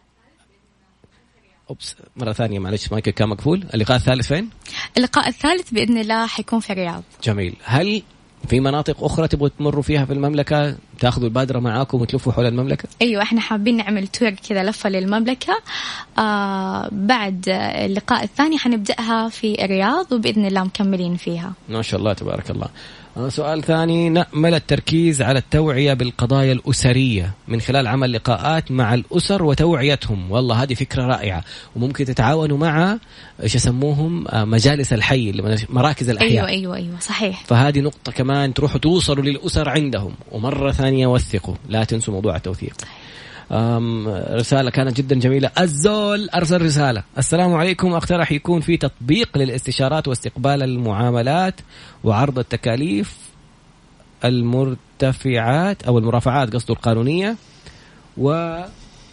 أوبس مرة ثانية معلش مايك كان مقفول. اللقاء الثالث فين؟ اللقاء الثالث بإذن الله حيكون في الرياض. جميل. هل في مناطق أخرى تبغوا تمروا فيها في المملكة، تأخذوا البادرة معاكم وتلفوا حول المملكة؟ أيوة، إحنا حابين نعمل تور كذا لفة للمملكة. آه بعد اللقاء الثاني حنبدأها في الرياض، وبإذن الله مكملين فيها. ما شاء الله تبارك الله. سؤال ثاني، نأمل التركيز على التوعية بالقضايا الأسرية من خلال عمل لقاءات مع الأسر وتوعيتهم. والله هذه فكرة رائعة، وممكن تتعاونوا مع ايش يسموهم مجالس الحي، مراكز الأحياء. أيوة أيوة أيوة صحيح. فهذه نقطة كمان تروحوا توصلوا للأسر عندهم. ومرة ثانية وثقوا، لا تنسوا موضوع التوثيق. رسالة كانت جدا جميلة. الزول أرسل رسالة: السلام عليكم، أقترح يكون في تطبيق للاستشارات واستقبال المعاملات وعرض التكاليف المرتفعات أو المرافعات قصده القانونية، وتبني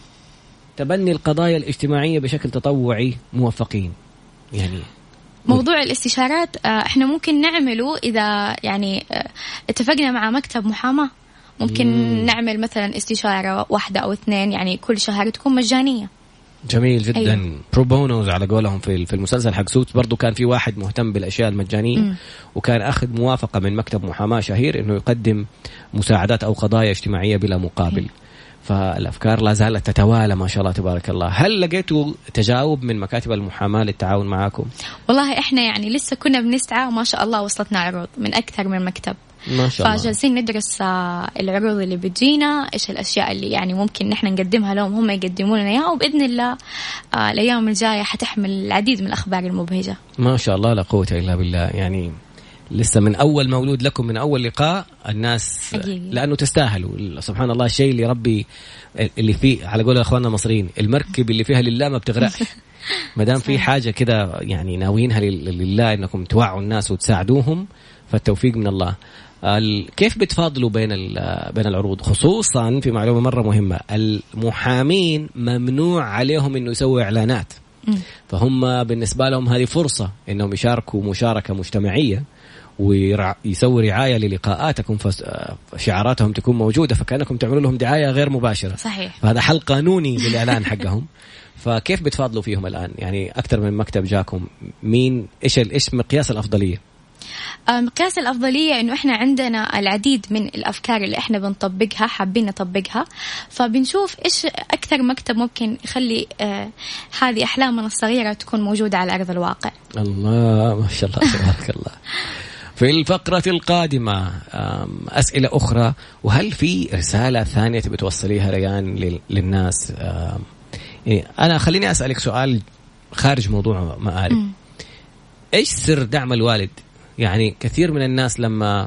القضايا الاجتماعية بشكل تطوعي. موفقين. يعني موضوع الاستشارات احنا ممكن نعمله إذا يعني اتفقنا مع مكتب محاماة، ممكن مم. نعمل مثلا استشارة واحدة أو اثنين، يعني كل شهر تكون مجانية. جميل جدا. أيوة. بروبونوز على قولهم في في المسلسل حق سوتس برضو كان في واحد مهتم بالأشياء المجانية مم. وكان أخذ موافقة من مكتب محاماة شهير إنه يقدم مساعدات أو قضايا اجتماعية بلا مقابل. أيوة. فالأفكار لا زالت تتوالى ما شاء الله تبارك الله. هل لقيتوا تجاوب من مكاتب المحاماة للتعاون معاكم؟ والله إحنا يعني لسه كنا بنسعى، وما شاء الله وصلتنا عروض من أكثر من مكتب. ما شاء الله. فجالسين ندرس العروض اللي بتجينا، إيش الأشياء اللي يعني ممكن نحن نقدمها لهم، هم يقدمون لنا إياها، وبإذن الله الأيام الجاية حتحمل العديد من الأخبار المبهجة. ما شاء الله لا قوة إلا بالله. يعني لسه من أول مولود لكم، من أول لقاء الناس حقيقي. لأنه تستاهلوا سبحان الله. الشيء اللي ربي اللي فيه على قول أخواننا المصريين، المركب اللي فيها لله ما بتغرقش. ما دام في حاجة كده يعني ناويينها لله إنكم توعوا الناس وتساعدوهم، فالتوفيق من الله. كيف بتفاضلوا بين بين العروض؟ خصوصا في معلومة مرة مهمة، المحامين ممنوع عليهم إنه يسووا إعلانات. م. فهم بالنسبة لهم هذه فرصة إنهم يشاركوا مشاركة مجتمعية ويسووا رعاية للقاءاتكم، فشعاراتهم تكون موجودة، فكأنكم تعملوا لهم دعاية غير مباشرة. صحيح. فهذا حل قانوني للإعلان حقهم. فكيف بتفاضلوا فيهم الآن؟ يعني أكثر من مكتب جاكم، مين إيش إيش مقياس الأفضلية؟ مقياس الأفضلية إنه إحنا عندنا العديد من الأفكار اللي إحنا بنطبقها، حابين نطبقها، فبنشوف إيش أكثر مكتب ممكن يخلي آه هذه أحلامنا الصغيرة تكون موجودة على أرض الواقع. الله ما شاء الله تبارك الله. في الفقرة القادمة أسئلة أخرى. وهل في رسالة ثانية تبي توصليها ريان للناس؟ يعني أنا خليني أسألك سؤال خارج موضوع مآرب. إيش سر دعم الوالد؟ يعني كثير من الناس لما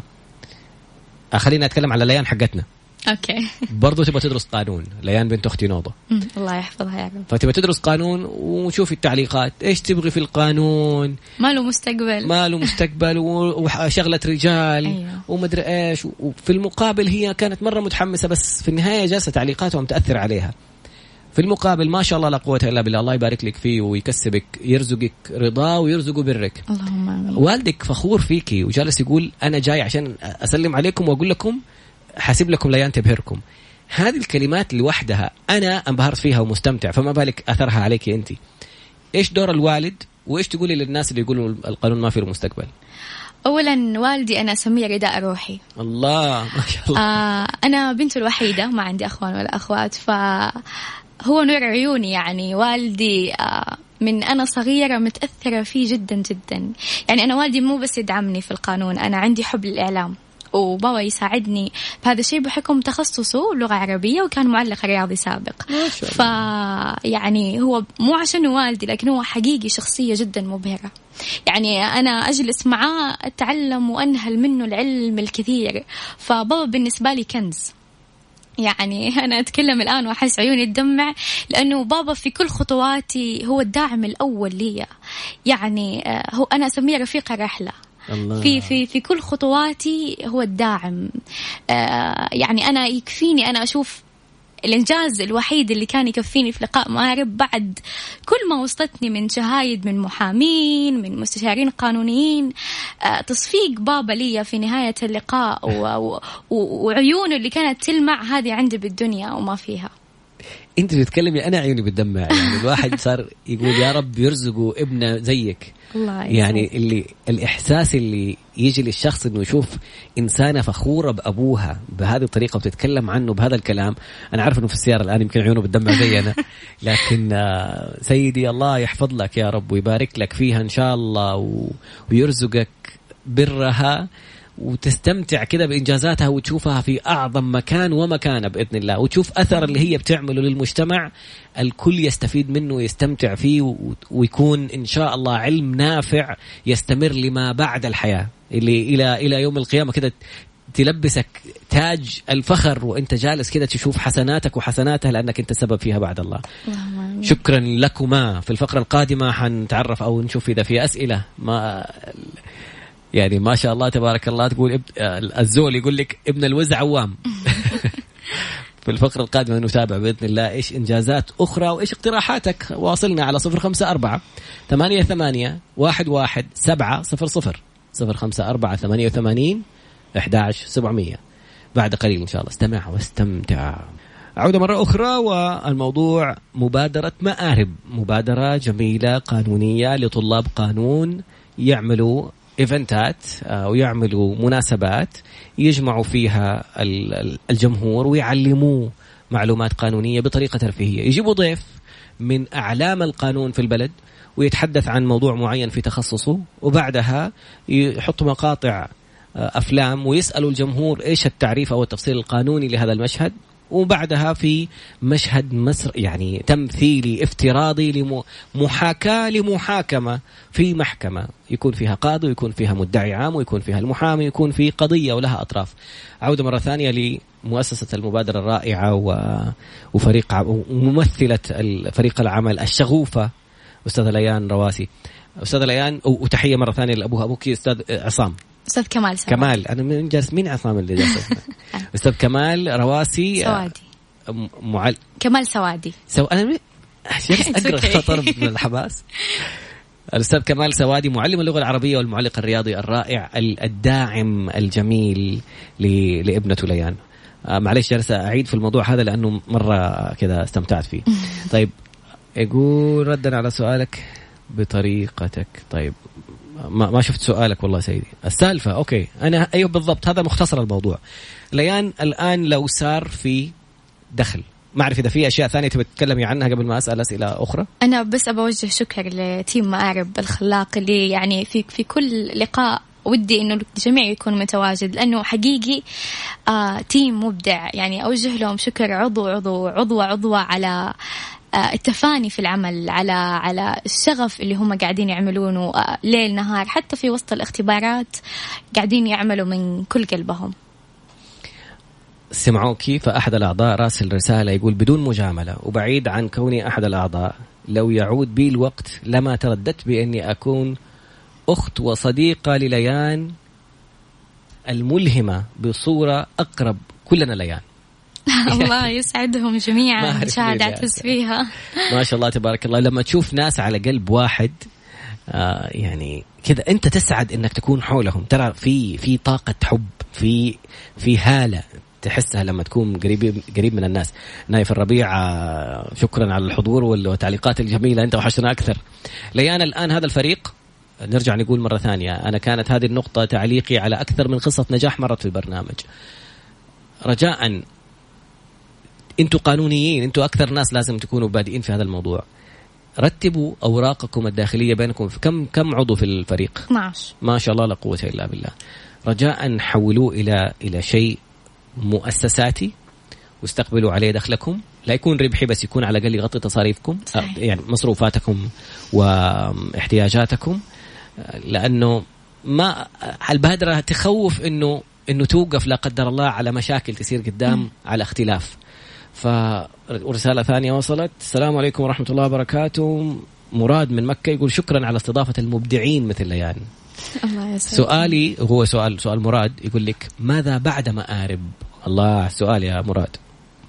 خلينا أتكلم على ليان حقتنا، أوكي، برضو تبغى تدرس قانون. ليان بنت أختي نوضة، الله يحفظها يا رب، فتبغى تدرس قانون وشوفي التعليقات، إيش تبغي في القانون؟ ما له مستقبل، ما له مستقبل وشغلة رجال. أيوه. ومدري إيش. وفي المقابل هي كانت مرة متحمسة، بس في النهاية جالسة تعليقاتهم تأثر عليها. في المقابل ما شاء الله لا قوة إلا بالله، الله يبارك لك فيه ويكسبك، يرزقك رضاه ويرزقه برك. اللهم آمين. والدك فخور فيكي وجالس يقول أنا جاي عشان أسلم عليكم وأقول لكم حاسب لكم ليان تبهركم. هذه الكلمات لوحدها أنا انبهرت فيها ومستمتع، فما بالك أثرها عليك أنت. إيش دور الوالد وإيش تقولي للناس اللي يقولوا القانون ما فيه المستقبل؟ أولا والدي أنا أسميه رداء روحي. الله ما شاء الله. آه أنا بنت الوحيدة، ما عندي أخوان ولا أخوات، فهو نور عيوني. يعني والدي آه من أنا صغيرة متأثرة فيه جدا جدا. يعني أنا والدي مو بس يدعمني في القانون، أنا عندي حب للإعلام، وبابا يساعدني بهذا الشيء بحكم تخصصه لغة عربية وكان معلق رياضي سابق. ف يعني هو مو عشان والدي، لكن هو حقيقي شخصية جدا مبهرة. يعني أنا أجلس معاه أتعلم وأنهل منه العلم الكثير. فبابا بالنسبة لي كنز. يعني أنا أتكلم الآن وأحس عيوني تدمع، لأنه بابا في كل خطواتي هو الداعم الأول لي. يعني هو أنا أسميه رفيق الرحلة. الله. في في في كل خطواتي هو الداعم. آه يعني أنا يكفيني أنا أشوف الإنجاز الوحيد اللي كان يكفيني في لقاء مآرب بعد كل ما وصلتني من شهايد من محامين من مستشارين قانونيين. آه تصفيق بابا لي في نهاية اللقاء وعيونه اللي كانت تلمع، هذه عندي بالدنيا وما فيها. انت بتتكلمي انا عيوني بتدمع. يعني الواحد صار يقول يا رب يرزقه ابنه زيك. الله يعني اللي الإحساس اللي يجي للشخص إنه يشوف إنسانة فخورة بأبوها بهذه الطريقة وتتكلم عنه بهذا الكلام. أنا عارف إنه في السيارة الآن يمكن عيونه بتدمع زينا، لكن سيدي الله يحفظ لك يا رب ويبارك لك فيها إن شاء الله ويرزقك برها وتستمتع كده بإنجازاتها وتشوفها في أعظم مكان ومكانة بإذن الله، وتشوف أثر اللي هي بتعمله للمجتمع، الكل يستفيد منه ويستمتع فيه، ويكون إن شاء الله علم نافع يستمر لما بعد الحياة، اللي إلى إلى يوم القيامة كده تلبسك تاج الفخر وانت جالس كده تشوف حسناتك وحسناتها لأنك انت سبب فيها بعد الله. شكرا لكما. في الفقرة القادمة حنتعرف أو نشوف إذا في أسئلة. ما يعني ما شاء الله تبارك الله، تقول اب... الزول يقول لك ابن الوز عوام. في الفقرة القادمة نتابع بإذن الله إيش إنجازات أخرى وإيش اقتراحاتك. واصلنا على صفر خمسة أربعة ثمانية ثمانية واحد واحد سبعة صفر صفر صفر خمسة أربعة ثمانية ثمانين أحد عشر سبعمية. بعد قليل إن شاء الله استمع واستمتع. عودة مرة أخرى، والموضوع مبادرة مآرب، مبادرة جميلة قانونية لطلاب قانون يعملوا إيفنتات ويعملوا مناسبات يجمعوا فيها الجمهور ويعلموه معلومات قانونية بطريقة ترفيهية. يجيبوا ضيف من أعلام القانون في البلد ويتحدث عن موضوع معين في تخصصه، وبعدها يحطوا مقاطع أفلام ويسألوا الجمهور إيش التعريف أو التفصيل القانوني لهذا المشهد، وبعدها في مشهد مصر يعني تمثيلي افتراضي لمحاكاة لمحاكمة في محكمة، يكون فيها قاضي ويكون فيها مدعي عام ويكون فيها المحامي، يكون في قضية ولها أطراف. عودة مرة ثانية لمؤسسة المبادرة الرائعة وفريق وممثلة فريق العمل الشغوفة أستاذة ليان رواسي. أستاذة ليان، وتحية مرة ثانية لأبوها أبوك أستاذ عصام أستاذ كمال سوادي. كمال أنا من جالس مين عصام اللي جالس أستاذ كمال رواسي سوادي معل... كمال سوادي سو أنا جالس أقرأ خطر من الحماس. الأستاذ كمال سوادي معلم اللغة العربية والمعلق الرياضي الرائع الداعم الجميل لابنته ليان. معليش جالس أعيد في الموضوع هذا لأنه مرة كذا استمتعت فيه. طيب يقول ردا على سؤالك بطريقتك. طيب ما ما شفت سؤالك والله سيدي. السالفة أوكي أنا أيوه بالضبط، هذا مختصر الموضوع. ليان الآن لو صار في دخل، ما أعرف إذا في أشياء ثانية تبي تتكلمي عنها قبل ما أسأل أسئلة أخرى. أنا بس أبوجه شكر لتيم مآرب الخلاق اللي يعني في في كل لقاء ودي إنه الجميع يكون متواجد، لأنه حقيقي آه تيم مبدع. يعني أوجه لهم شكر عضو عضو عضو عضوة على التفاني في العمل، على على الشغف اللي هم قاعدين يعملونه ليل نهار، حتى في وسط الاختبارات قاعدين يعملوا من كل قلبهم. سمعوكي فأحد الأعضاء راسل رسالة يقول بدون مجاملة وبعيد عن كوني أحد الأعضاء، لو يعود بي الوقت لما ترددت بأني أكون أخت وصديقة لليان الملهمة بصورة أقرب كلنا ليان. الله يسعدهم جميعا، مشاهد أعتز فيها ما شاء الله تبارك الله. لما تشوف ناس على قلب واحد آه يعني كذا أنت تسعد إنك تكون حولهم. ترى في في طاقة حب، في في هالة تحسها لما تكون قريب قريب من الناس. نايف الربيع آه شكرا على الحضور والتعليقات الجميلة، أنت وحشنا أكثر. ليانا الآن هذا الفريق، نرجع نقول مرة ثانية، أنا كانت هذه النقطة تعليقي على أكثر من قصة نجاح مرت في البرنامج. رجاءً انتوا قانونيين، انتوا اكثر ناس لازم تكونوا بادئين في هذا الموضوع. رتبوا اوراقكم الداخليه بينكم. في كم كم عضو في الفريق؟ اثني عشر. ما شاء الله لا قوه الا بالله. رجاء حولوه الى الى شيء مؤسساتي واستقبلوا عليه دخلكم، لا يكون ربحي بس يكون على الاقل يغطي تصاريفكم صحيح. يعني مصروفاتكم واحتياجاتكم، لانه ما البادره تخوف انه انه توقف لا قدر الله على مشاكل تصير قدام م. على اختلاف. فرسالة ثانية وصلت. السلام عليكم ورحمة الله وبركاته. مراد من مكة يقول شكرا على استضافة المبدعين مثل ليان. الله يسعدك. سؤالي هو سؤال سؤال مراد يقول لك ماذا بعد مآرب؟ الله السؤال يا مراد.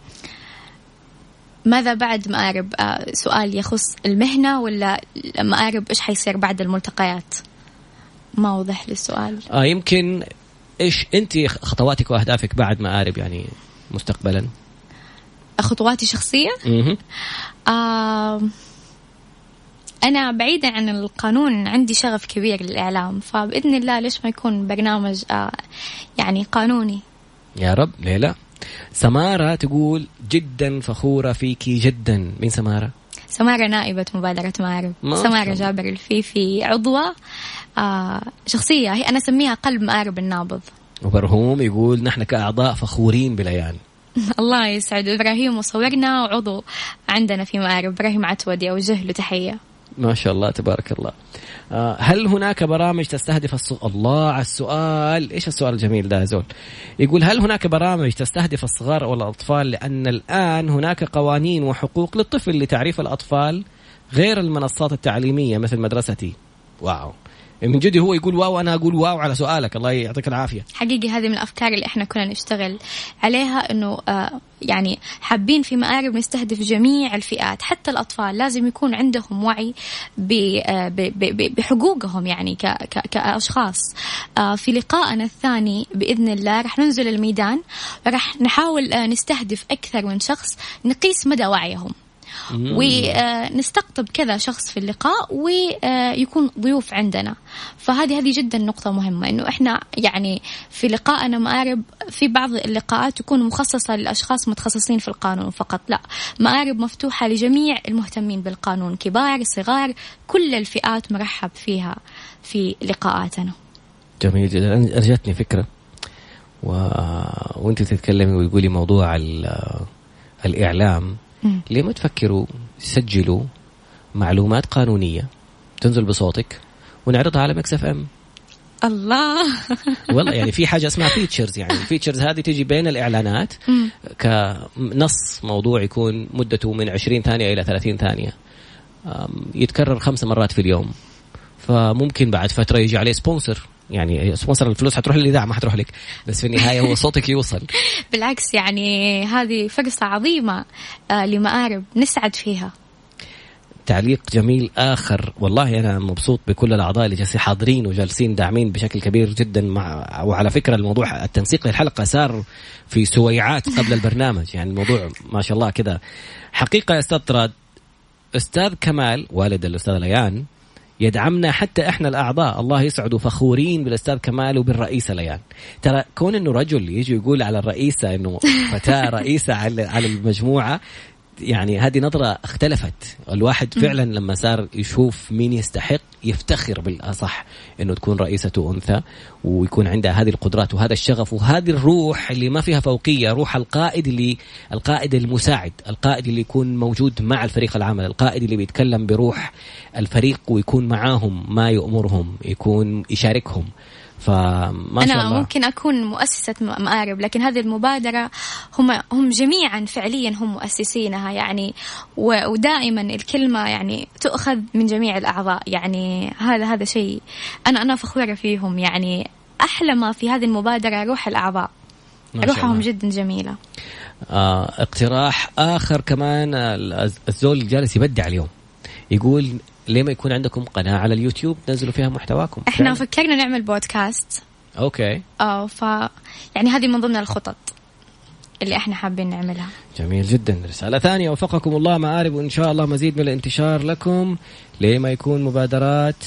ماذا بعد مآرب؟ آه سؤال يخص المهنة ولا مآرب إيش حيصير بعد الملتقيات؟ ما وضح لي السؤال. آه يمكن إيش أنت خطواتك وأهدافك بعد مآرب يعني مستقبلا؟ خطواتي شخصية؟ آه أنا بعيدا عن القانون عندي شغف كبير للإعلام، فبإذن الله ليش ما يكون برنامج آه يعني قانوني. يا رب. ليلى سمارة تقول جدا فخورة فيكي جدا. مين سمارة؟ سمارة نائبة مبادرة مآرب. سمارة جابر الفيفي عضوة آه شخصية، هي أنا أسميها قلب مآرب النابض. وبرهوم يقول نحن كأعضاء فخورين بليان. الله يسعد. إبراهيم مصورنا وعضو عندنا في مآرب، إبراهيم عتودي أوجه له تحية. ما شاء الله تبارك الله. هل هناك برامج تستهدف الصغار؟ الله على السؤال، إيش السؤال الجميل ده زول. يقول هل هناك برامج تستهدف الصغار والأطفال؟ لأن الآن هناك قوانين وحقوق للطفل لتعريف الأطفال غير المنصات التعليمية مثل مدرستي. واو، من جدي هو يقول واو أنا أقول واو على سؤالك، الله يعطيك العافية. حقيقي هذه من الأفكار اللي إحنا كنا نشتغل عليها، إنه آه يعني حابين في مآرب نستهدف جميع الفئات حتى الأطفال، لازم يكون عندهم وعي بحقوقهم يعني ك ك كأشخاص. آه في لقائنا الثاني بإذن الله رح ننزل الميدان، رح نحاول آه نستهدف أكثر من شخص، نقيس مدى وعيهم ونستقطب كذا شخص في اللقاء ويكون ضيوف عندنا. فهذه هذه جدا نقطة مهمة، إنه إحنا يعني في لقائنا مآرب في بعض اللقاءات تكون مخصصة للأشخاص متخصصين في القانون فقط، لا، مآرب مفتوحة لجميع المهتمين بالقانون، كبار صغار، كل الفئات مرحب فيها في لقاءاتنا. جميل جدا. أرجتني فكرة و... وانت تتكلمي ويقولي موضوع الإعلام، ليه ما تفكروا تسجلوا معلومات قانونية تنزل بصوتك ونعرضها على مكس اف ام؟ الله والله يعني في حاجة اسمها فيتشرز، يعني الفيتشرز هذه تيجي بين الإعلانات كنص موضوع يكون مدته من عشرين ثانية إلى ثلاثين ثانية، يتكرر خمس مرات في اليوم، فممكن بعد فترة يجي عليه سبونسر، يعني سبونسر الفلوس حتروح للإذاعة ما حتروح لك، بس في النهاية هو صوتك يوصل. بالعكس يعني هذه فرصة عظيمة لمآرب نسعد فيها. تعليق جميل آخر، والله أنا مبسوط بكل الأعضاء اللي جالسين حاضرين وجالسين داعمين بشكل كبير جدا مع، وعلى فكرة الموضوع التنسيق للحلقة صار في سويعات قبل البرنامج، يعني الموضوع ما شاء الله كده حقيقة. يا أستاذ طراد، أستاذ كمال والد الأستاذ ليان يدعمنا حتى احنا الاعضاء، الله يسعده، فخورين بالاستاذ كمال وبالرئيسه ليان. ترى كون انه رجل يجي يقول على الرئيسه انه فتاه رئيسه على على المجموعه، يعني هذه نظرة اختلفت. الواحد فعلا لما صار يشوف مين يستحق يفتخر بالأصح إنه تكون رئيسته أنثى ويكون عندها هذه القدرات وهذا الشغف وهذه الروح اللي ما فيها فوقية، روح القائد اللي القائد المساعد، القائد اللي يكون موجود مع الفريق العمل، القائد اللي بيتكلم بروح الفريق ويكون معاهم، ما يأمرهم، يكون يشاركهم. فما شاء أنا الله. ممكن أكون مؤسسة مآرب، لكن هذه المبادرة هم هم جميعا فعليا هم مؤسسينها يعني، ودائما الكلمة يعني تؤخذ من جميع الأعضاء، يعني هذا هذا شيء أنا أنا فخورة فيهم. يعني أحلى ما في هذه المبادرة روح الأعضاء، روحهم جدا جميلة. آه اقتراح آخر كمان، الزول الجالس يبدع اليوم يقول ليه ما يكون عندكم قناة على اليوتيوب تنزلوا فيها محتواكم؟ احنا فعلا فكرنا نعمل بودكاست. اوكي. اه ف يعني هذه من ضمن الخطط اللي احنا حابين نعملها. جميل جدا. رسالة ثانية، وفقكم الله مآرب، وإن شاء الله مزيد من الانتشار لكم. ليه ما يكون مبادرات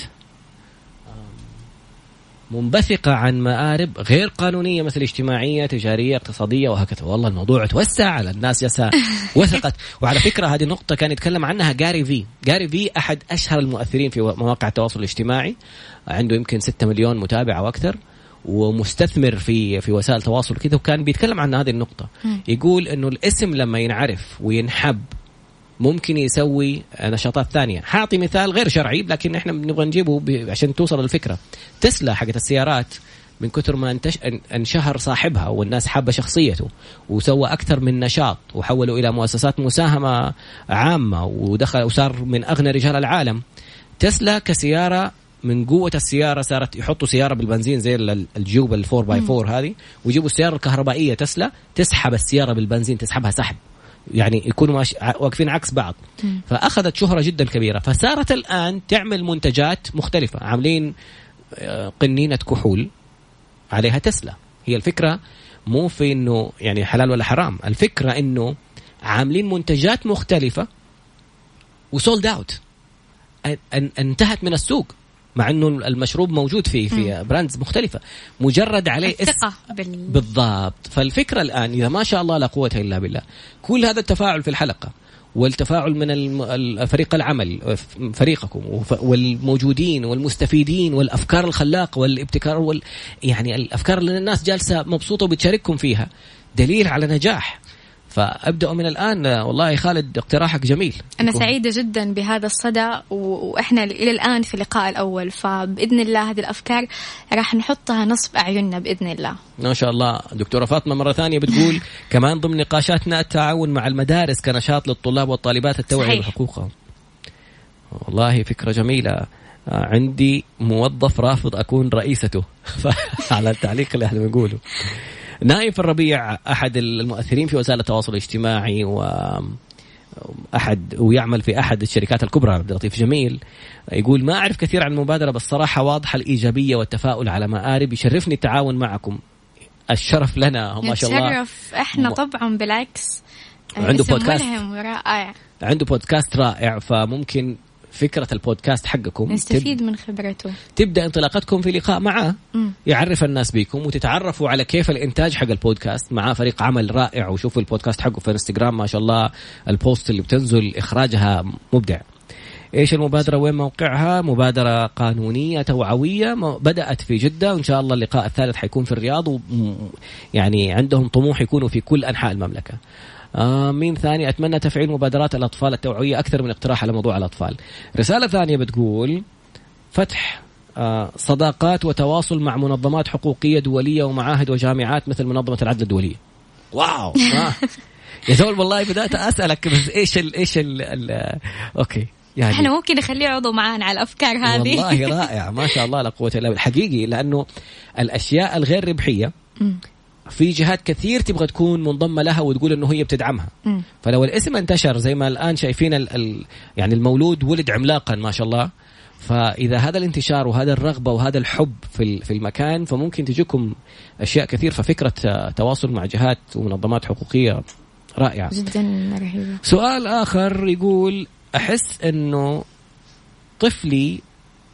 منبثقة عن مآرب غير قانونية مثل اجتماعية، تجارية، اقتصادية وهكذا. والله الموضوع توسع على الناس يسا وثقت. وعلى فكرة هذه النقطة كان يتكلم عنها جاري في جاري في أحد أشهر المؤثرين في مواقع التواصل الاجتماعي، عنده يمكن ستة مليون متابع أو أكثر، ومستثمر في في وسائل التواصل كذا، وكان بيتكلم عن هذه النقطة. يقول إنه الاسم لما ينعرف وينحب ممكن يسوي نشاطات ثانية. حاعطي مثال غير شرعي لكن احنا بنبغى نجيبه عشان توصل الفكرة. تسلا حقت السيارات من كثر ما انتش انشهر صاحبها والناس حابة شخصيته وسوى أكثر من نشاط وحولوا إلى مؤسسات مساهمة عامة ودخل وصار من أغنى رجال العالم. تسلا كسيارة من قوة السيارة صارت يحطوا سيارة بالبنزين زي الجيوب الفور باي فور هذه، ويجيبوا السيارة الكهربائية تسلا تسحب السيارة بالبنزين، تسحبها سحب، يعني يكونوا واقفين عكس بعض. فأخذت شهرة جدا كبيرة، فصارت الآن تعمل منتجات مختلفة. عاملين قنينة كحول عليها تسلا. هي الفكرة مو في إنه يعني حلال ولا حرام، الفكرة إنه عاملين منتجات مختلفة وسولد أوت، انتهت من السوق، مع إنه المشروب موجود في في براندز مختلفة، مجرد عليه الثقة بال... بالضبط. فالفكرة الآن إذا ما شاء الله لا قوة إلا بالله، كل هذا التفاعل في الحلقة والتفاعل من فريق العمل فريقكم والموجودين والمستفيدين والأفكار الخلاقة والابتكار وال يعني الأفكار اللي الناس جالسة مبسوطة وبتشارككم فيها دليل على نجاح. فأبدأ من الآن. والله خالد اقتراحك جميل. أنا سعيدة جدا بهذا الصدى، وإحنا إلى الآن في اللقاء الأول، فبإذن الله هذه الأفكار راح نحطها نصب أعيننا بإذن الله. ما شاء الله. دكتورة فاطمة مرة ثانية بتقول كمان ضمن نقاشاتنا التعاون مع المدارس كنشاط للطلاب والطالبات التوعية بحقوقهم. والله فكرة جميلة. عندي موظف رافض أكون رئيسته على التعليق اللي احنا بنقوله. نايف الربيع أحد المؤثرين في وسائل التواصل الاجتماعي وأحد ويعمل في أحد الشركات الكبرى، عبد اللطيف جميل، يقول ما أعرف كثير عن المبادرة بس صراحة واضحة الإيجابية والتفاؤل على مآرب. يشرفني التعاون معكم. الشرف لنا ما شاء الله. نتشرف إحنا طبعا بالعكس. عنده بودكاست رائع. عنده بودكاست رائع. فممكن فكرة البودكاست حقكم نستفيد تب... من خبرته. تبدأ انطلاقتكم في لقاء معه، م. يعرف الناس بيكم وتتعرفوا على كيف الإنتاج حق البودكاست. معاه فريق عمل رائع، وشوفوا البودكاست حقه في انستغرام ما شاء الله البوست اللي بتنزل إخراجها مبدع. إيش المبادرة؟ وين موقعها؟ مبادرة قانونية توعوية بدأت في جدة، وإن شاء الله اللقاء الثالث حيكون في الرياض، و... يعني عندهم طموح يكونوا في كل أنحاء المملكة. آه مين ثاني؟ أتمنى تفعيل مبادرات الأطفال التوعوية أكثر من اقتراح على موضوع الأطفال. رسالة ثانية بتقول فتح آه صداقات وتواصل مع منظمات حقوقية دولية ومعاهد وجامعات مثل منظمة العدل الدولية. واو. آه. يا زول والله بدأت أسألك بس إيش ال إيش ال ال أوكي يعني احنا ممكن نخليه عضو معانا على الأفكار هذه. والله رائع ما شاء الله لا قوة إلا بالله حقيقي. لأنه الأشياء الغير ربحية في جهات كثير تبغى تكون منضمة لها وتقول إنه هي بتدعمها. م. فلو الاسم انتشر زي ما الآن شايفين ال ال يعني المولود ولد عملاقا ما شاء الله، فإذا هذا الانتشار وهذا الرغبة وهذا الحب في في المكان فممكن تجيكم أشياء كثير. ففكرة تواصل مع جهات ومنظمات حقوقية رائعة جدا رهيبة. سؤال آخر يقول أحس إنه طفلي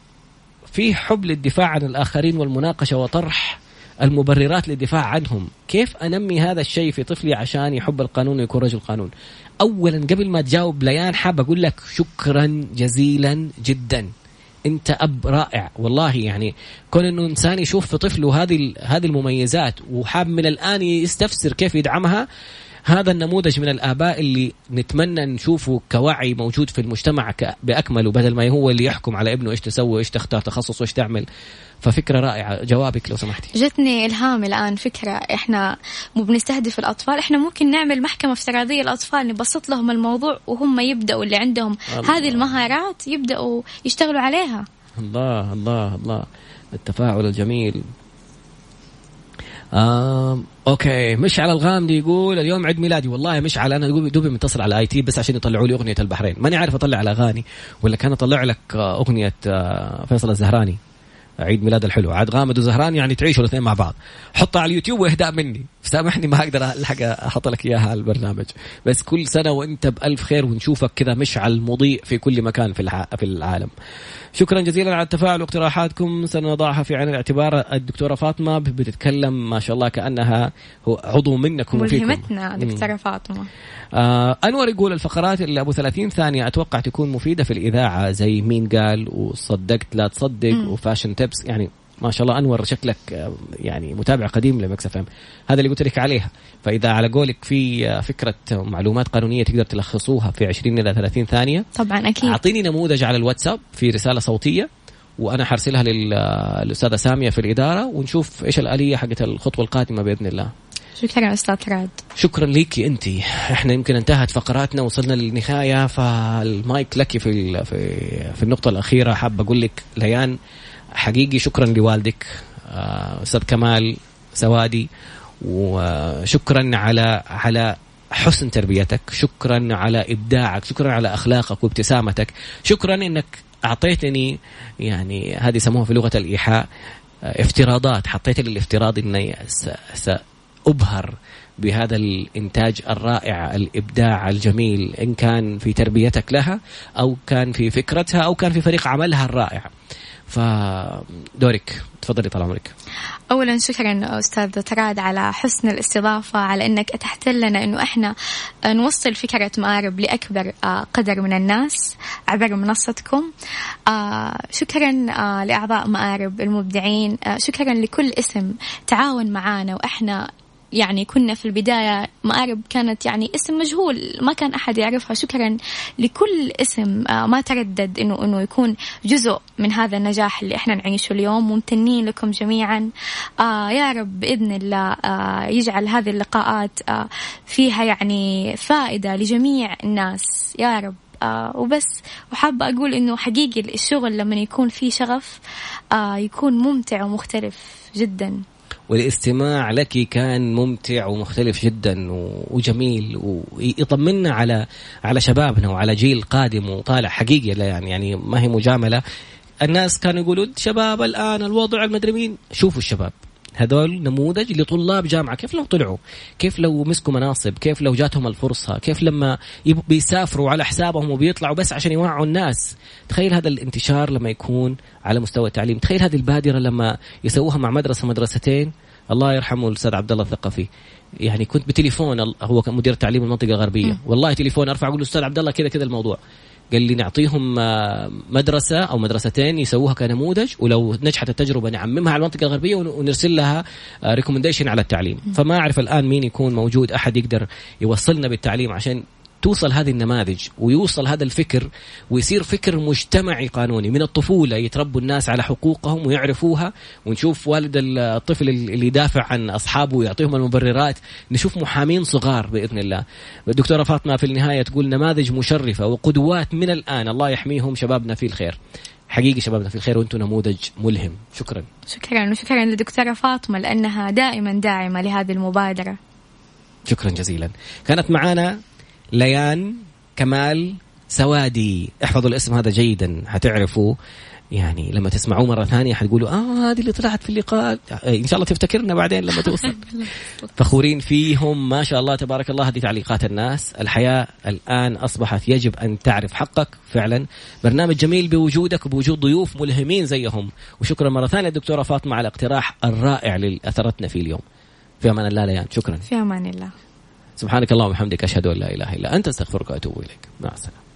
فيه حب للدفاع عن الآخرين والمناقشة وطرح المبررات للدفاع عنهم. كيف أنمي هذا الشيء في طفلي عشان يحب القانون ويكون رجل قانون؟ أولا قبل ما تجاوب ليان حاب أقول لك شكرا جزيلا جدا. أنت أب رائع والله. يعني كون أنه إنسان يشوف في طفله هذه هذه المميزات وحاب من الآن يستفسر كيف يدعمها، هذا النموذج من الآباء اللي نتمنى نشوفه كوعي موجود في المجتمع بأكمله، بدل ما هو اللي يحكم على ابنه إيش تسوي إيش تختار تخصص وإيش تعمل. ففكرة رائعة. جوابك لو سمحتي. جتني إلهام الآن فكرة. إحنا مو بنستهدف الأطفال، إحنا ممكن نعمل محكمة افتراضية للأطفال، نبسط لهم الموضوع وهم يبدأوا اللي عندهم الله. هذه المهارات يبدأوا يشتغلوا عليها. الله الله الله التفاعل الجميل. آه، أوكي. مشعل الغامدي يقول اليوم عيد ميلادي. والله مشعل أنا دوبي متصل على آي تي بس عشان يطلعوا لي أغنية البحرين. ماني عارف أطلع على أغاني ولا كان أطلع لك أغنية فيصل الزهراني عيد ميلاد الحلو. عاد غامد وزهران يعني تعيشوا الاثنين مع بعض. حطها على اليوتيوب واهداء مني. سامحني ما أقدر الحق أحط لك إياها على البرنامج، بس كل سنة وأنت بألف خير ونشوفك كذا مشعل مضيء في كل مكان في في العالم. شكرا جزيلا على التفاعل واقتراحاتكم، سنضعها في عين الاعتبار. الدكتورة فاطمة بتتكلم ما شاء الله كأنها هو عضو منكم وفيكم. ملهمتنا دكتورة فاطمة. آه أنور يقول الفقرات اللي أبو ثلاثين ثانية أتوقع تكون مفيدة في الإذاعة زي مين قال وصدقت لا تصدق م. وفاشن تيبس. يعني ما شاء الله أنور شكلك يعني متابع قديم لمكس اف ام. هذا اللي قلت لك عليها. فإذا على قولك في فكرة معلومات قانونية تقدر تلخصوها في عشرين إلى ثلاثين ثانية طبعا أكيد. أعطيني نموذج على الواتساب في رسالة صوتية وأنا حرسلها للأستاذة سامية في الإدارة ونشوف إيش الآلية حقت الخطوة القادمة بإذن الله. شكرا أستاذ راد. شكرا ليكي أنتي. إحنا يمكن انتهت فقراتنا وصلنا للنهاية، فالمايك لك في في في النقطة الأخيرة. حاب أقول لك ليان حقيقي شكرا لوالدك أستاذ كمال سوادي، وشكرا على على حسن تربيتك، شكرا على إبداعك، شكرا على أخلاقك وابتسامتك، شكرا إنك أعطيتني يعني هذه يسموها في لغة الإيحاء افتراضات. حطيت لي الافتراض إني سأبهر بهذا الإنتاج الرائع الإبداع الجميل، إن كان في تربيتك لها أو كان في فكرتها أو كان في فريق عملها الرائع. فدورك تفضلي طال عمرك. أولا شكرا أستاذ تراد على حسن الاستضافة، على أنك أتحت لنا أنه إحنا نوصل فكرة مآرب لأكبر قدر من الناس عبر منصتكم. شكرا لأعضاء مآرب المبدعين، شكرا لكل اسم تعاون معانا، وإحنا يعني كنا في البداية مآرب كانت يعني اسم مجهول ما كان أحد يعرفها. شكرا لكل اسم ما تردد إنه إنه يكون جزء من هذا النجاح اللي إحنا نعيشه اليوم. ممتنين لكم جميعا. آه يا رب بإذن الله آه يجعل هذه اللقاءات آه فيها يعني فائدة لجميع الناس يا رب. آه وبس. وحابة أقول إنه حقيقي الشغل لما يكون فيه شغف آه يكون ممتع ومختلف جدا. والاستماع لك كان ممتع ومختلف جدا وجميل، ويطمنا على على شبابنا وعلى جيل قادم وطالع حقيقي. لا يعني يعني ما هي مجاملة. الناس كانوا يقولوا شباب الآن الوضع المدري مين. شوفوا الشباب هذول نموذج لطلاب جامعة، كيف لو طلعوا، كيف لو مسكوا مناصب، كيف لو جاتهم الفرصة، كيف لما بيسافروا على حسابهم وبيطلعوا بس عشان يوعوا الناس. تخيل هذا الانتشار لما يكون على مستوى التعليم. تخيل هذه البادرة لما يسووها مع مدرسة مدرستين. الله يرحمه الأستاذ عبد الله الثقفي، يعني كنت بتليفون، هو كان مدير تعليم المنطقة الغربية، والله تليفون أرفع أقول الأستاذ عبد الله كذا كذا الموضوع، قال لي نعطيهم مدرسة أو مدرستين يسووها كنموذج، ولو نجحت التجربة نعممها على المنطقة الغربية ونرسل لها ريكومنديشن على التعليم. فما أعرف الآن مين يكون موجود أحد يقدر يوصلنا بالتعليم عشان توصل هذه النماذج ويوصل هذا الفكر ويصير فكر مجتمعي قانوني من الطفولة، يتربوا الناس على حقوقهم ويعرفوها، ونشوف والد الطفل اللي يدافع عن أصحابه ويعطيهم المبررات، نشوف محامين صغار بإذن الله. الدكتورة فاطمة في النهاية تقول نماذج مشرفة وقدوات من الآن، الله يحميهم شبابنا في الخير. حقيقي شبابنا في الخير وانتم نموذج ملهم. شكرا شكرا وشكرا للدكتورة فاطمة لأنها دائما داعمة لهذه المبادرة. شكرا جزيلا. كانت معانا ليان كمال سوادي. احفظوا الاسم هذا جيدا، هتعرفوا يعني لما تسمعوه مرة ثانية حتقولوا آه هذه اللي طلعت في اللقاء. إن شاء الله تفتكرنا بعدين لما توصل. فخورين فيهم ما شاء الله تبارك الله. هذه تعليقات الناس. الحياة الآن أصبحت يجب أن تعرف حقك فعلا. برنامج جميل بوجودك وبوجود ضيوف ملهمين زيهم. وشكرا مرة ثانية الدكتورة فاطمة على اقتراح الرائع اللي أثرتنا فيه اليوم. في أمان الله ليان. شكرا. في أمان الله. سبحانك اللهم وبحمدك أشهد أن لا إله إلا أنت أستغفرك وأتوب إليك. مع السلامة.